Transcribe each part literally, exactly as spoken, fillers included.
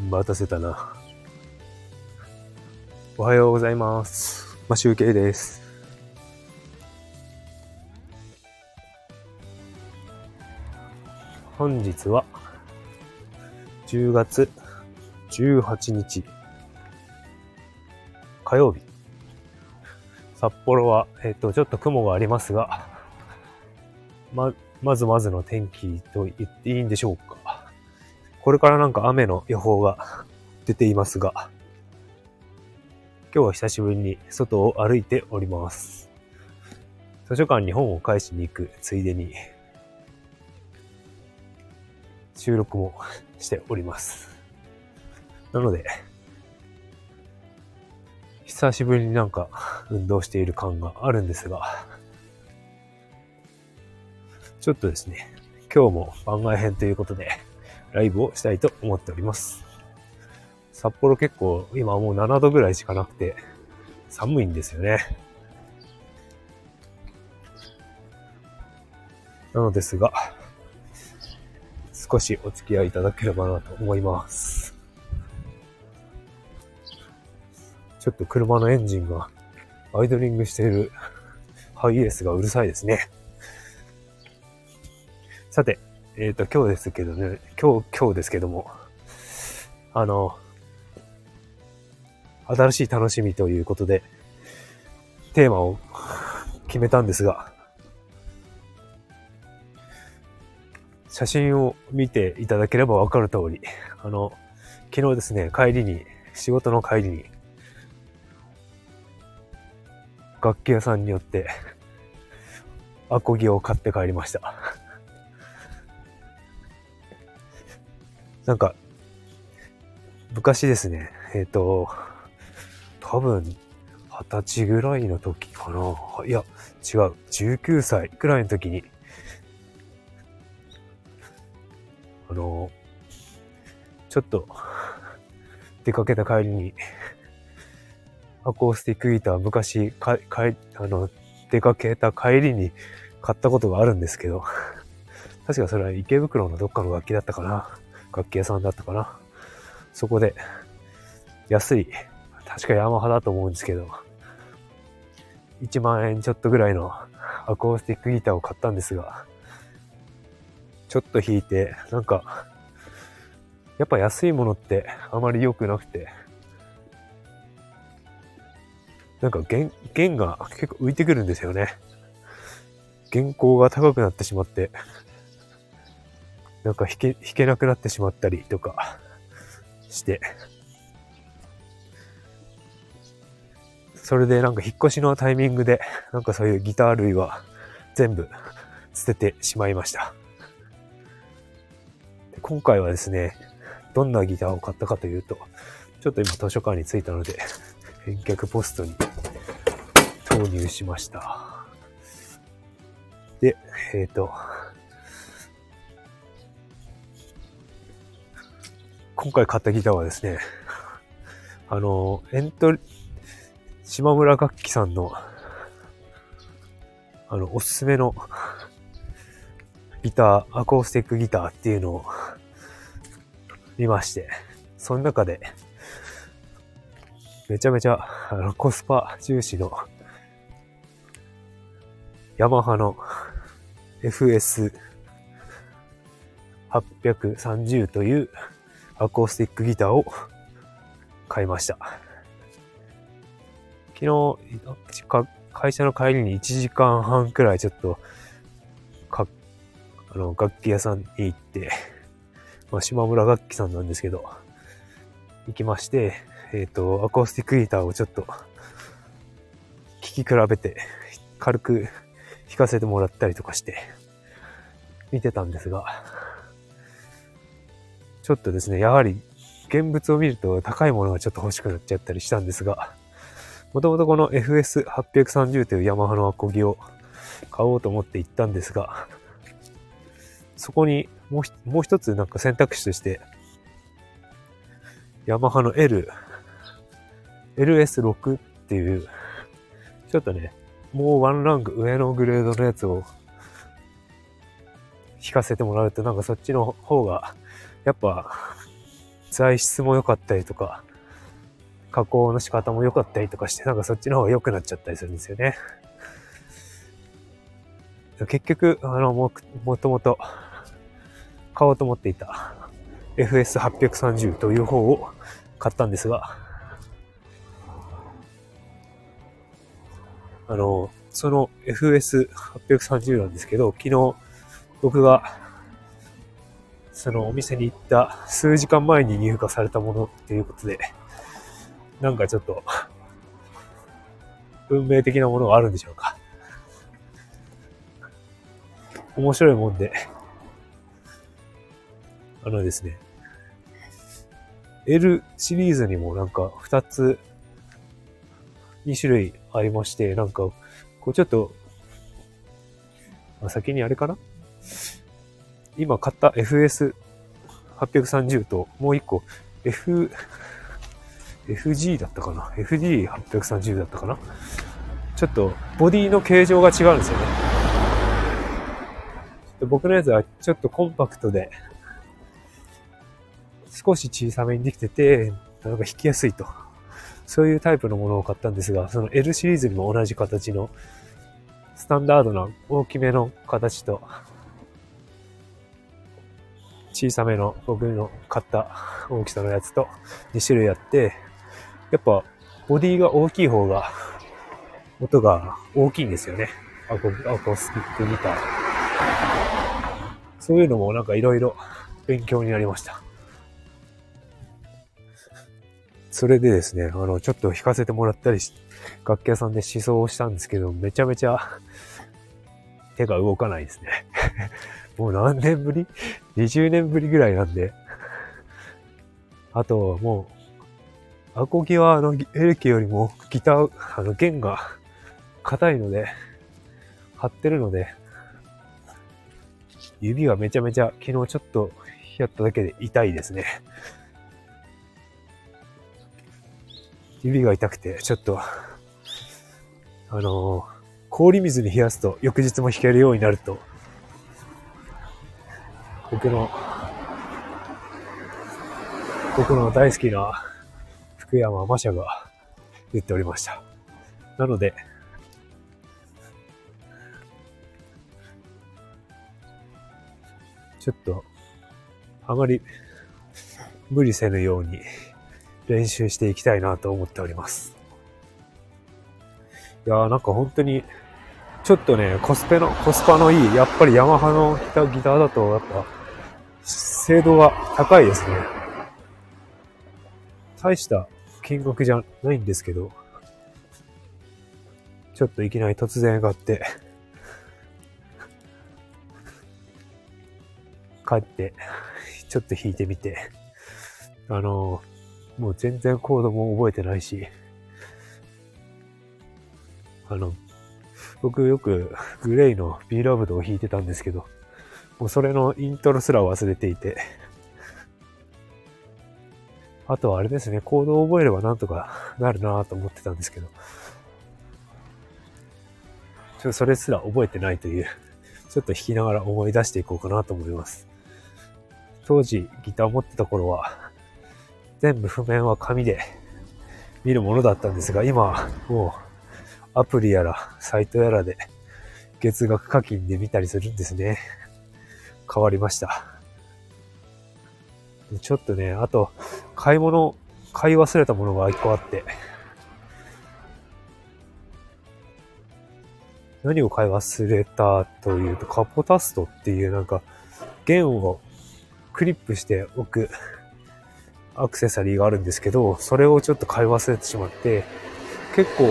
待たせたな。おはようございます。まあ、集計です。本日はじゅうがつじゅうはちにち火曜日。札幌は、えっと、ちょっと雲がありますが、ま、まずまずの天気と言っていいんでしょうか。これからなんか雨の予報が出ていますが、今日は久しぶりに外を歩いております。図書館に本を返しに行くついでに収録もしております。なので、久しぶりになんか運動している感があるんですが、ちょっとですね、今日も番外編ということでライブをしたいと思っております。札幌結構今もうななどぐらいしかなくて寒いんですよね。なのですが、少しお付き合いいただければなと思います。ちょっと車のエンジンがアイドリングしているハイエースがうるさいですね。さて、えっと今日ですけどね、今日今日ですけども、あの新しい楽しみということでテーマを決めたんですが、写真を見ていただければわかる通り、あの昨日ですね、帰りに仕事の帰りに楽器屋さんによってアコギを買って帰りました。なんか昔ですね、えっと多分二十歳ぐらいの時かな、いや違う、じゅうきゅうさいくらいの時にあのちょっと出かけた帰りにアコースティックギター昔かかあの出かけた帰りに買ったことがあるんですけど、確かそれは池袋のどっかの楽器だったかな、楽器屋さんだったかな。そこで安い、確かヤマハだと思うんですけど、いちまんえんちょっとぐらいのアコースティックギターを買ったんですが、ちょっと弾いてなんかやっぱ安いものってあまり良くなくて、なんか弦、弦が結構浮いてくるんですよね。弦高が高くなってしまって、なんか弾け、弾けなくなってしまったりとかして、それでなんか引っ越しのタイミングで、なんかそういうギター類は全部捨ててしまいました。で、今回はですね、どんなギターを買ったかというと、ちょっと今図書館に着いたので、返却ポストに投入しました。で、えっと、今回買ったギターはですね、あの、エントリ、島村楽器さんの、あの、おすすめのギター、アコースティックギターっていうのを見まして、その中で、めちゃめちゃ、あの、コスパ重視の、ヤマハの エフエスはっぴゃくさんじゅう というアコースティックギターを買いました。昨日、会社の帰りにいちじかんはんくらいちょっと、か、あの、楽器屋さんに行って、まあ、島村楽器さんなんですけど、行きまして、えっと、アコースティックギターをちょっと、聴き比べて、軽く弾かせてもらったりとかして、見てたんですが、ちょっとですね、やはり、現物を見ると高いものがちょっと欲しくなっちゃったりしたんですが、もともとこの エフエスはっぴゃくさんじゅう というヤマハのアコギを買おうと思って行ったんですが、そこにもう、もう一つなんか選択肢として、ヤマハの L、エルエスろく っていう、ちょっとね、もうワンランク上のグレードのやつを弾かせてもらうと、なんかそっちの方が、やっぱ、 材質も良かったりとか、加工の仕方も良かったりとかして、なんかそっちの方が良くなっちゃったりするんですよね。結局、あの、も、もともと買おうと思っていた エフエスはっぴゃくさんじゅう という方を買ったんですが、あの、その エフエスはっぴゃくさんじゅう なんですけど、昨日僕がそのお店に行った数時間前に入荷されたものっていうことで、なんかちょっと運命的なものがあるんでしょうか。面白いもんで、あのですね、L シリーズにもなんかふたつ、に種類ありまして、なんか、こうちょっと、先にあれかな?今買った エフエスはっぴゃくさんじゅう ともう一個 F、エフジー だったかな ?エフジーはっぴゃくさんじゅう だったかな?ちょっとボディの形状が違うんですよね。僕のやつはちょっとコンパクトで、少し小さめにできてて、なんか引きやすいと。そういうタイプのものを買ったんですが、その L シリーズにも同じ形の、スタンダードな大きめの形と、小さめの僕の買った大きさのやつとに種類あって、やっぱボディが大きい方が音が大きいんですよね。アコ、アコースティックギター。そういうのもなんかいろいろ勉強になりました。それでですね、あの、ちょっと弾かせてもらったりし、楽器屋さんで試奏をしたんですけど、めちゃめちゃ手が動かないですね。もう何年ぶり ?にじゅう 年ぶりぐらいなんで。あと、もう、アコギはあの、エレキよりもギター、あの、弦が硬いので、張ってるので、指がめちゃめちゃ昨日ちょっとやっただけで痛いですね。指が痛くて、ちょっと、あのー、氷水に冷やすと翌日も弾けるようになると、僕の、僕の大好きな福山雅社が言っておりました。なので、ちょっと、あまり無理せぬように練習していきたいなと思っております。いやーなんか本当に、ちょっとね、コスペの、コスパのいい、やっぱりヤマハのギター、ギターだと、やっぱ、精度が高いですね。大した金額じゃないんですけど、ちょっといきなり突然があって、帰って、ちょっと弾いてみて、あの、もう全然コードも覚えてないし、あの、僕よくグレイの B ラブドを弾いてたんですけど、もうそれのイントロすら忘れていて、あとはあれですね、コードを覚えればなんとかなるなぁと思ってたんですけど、ちょっとそれすら覚えてないという、ちょっと弾きながら思い出していこうかなと思います。当時ギター持ってた頃は、全部譜面は紙で見るものだったんですが、今もうアプリやらサイトやらで月額課金で見たりするんですね。変わりました。ちょっとね、あと買い物、買い忘れたものが一個あって、何を買い忘れたというと、カポタストっていうなんか弦をクリップしておくアクセサリーがあるんですけど、それをちょっと買い忘れてしまって、結構、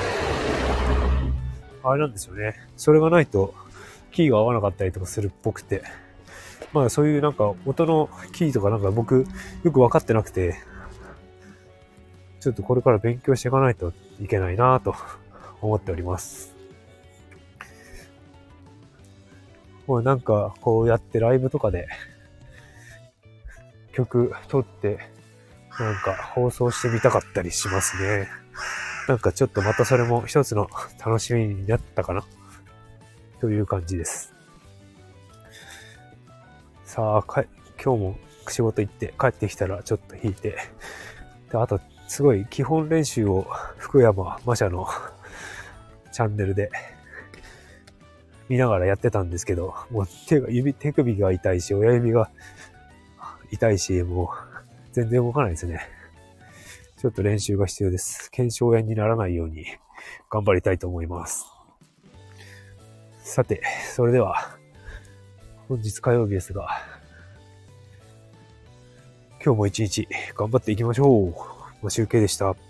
あれなんですよね。それがないとキーが合わなかったりとかするっぽくて、まあそういうなんか音のキーとかなんか僕よくわかってなくて、ちょっとこれから勉強していかないといけないなぁと思っております。もうなんかこうやってライブとかで曲撮ってなんか放送してみたかったりしますね。なんかちょっとまたそれも一つの楽しみになったかなという感じです。さあ、か今日も仕事行って帰ってきたらちょっと弾いて、で、あと、すごい基本練習を福山マシャのチャンネルで見ながらやってたんですけど、もう手が、指、手首が痛いし、親指が痛いし、もう全然動かないですね。ちょっと練習が必要です。腱鞘炎にならないように頑張りたいと思います。さて、それでは、本日火曜日ですが、今日も一日頑張っていきましょう。集計でした。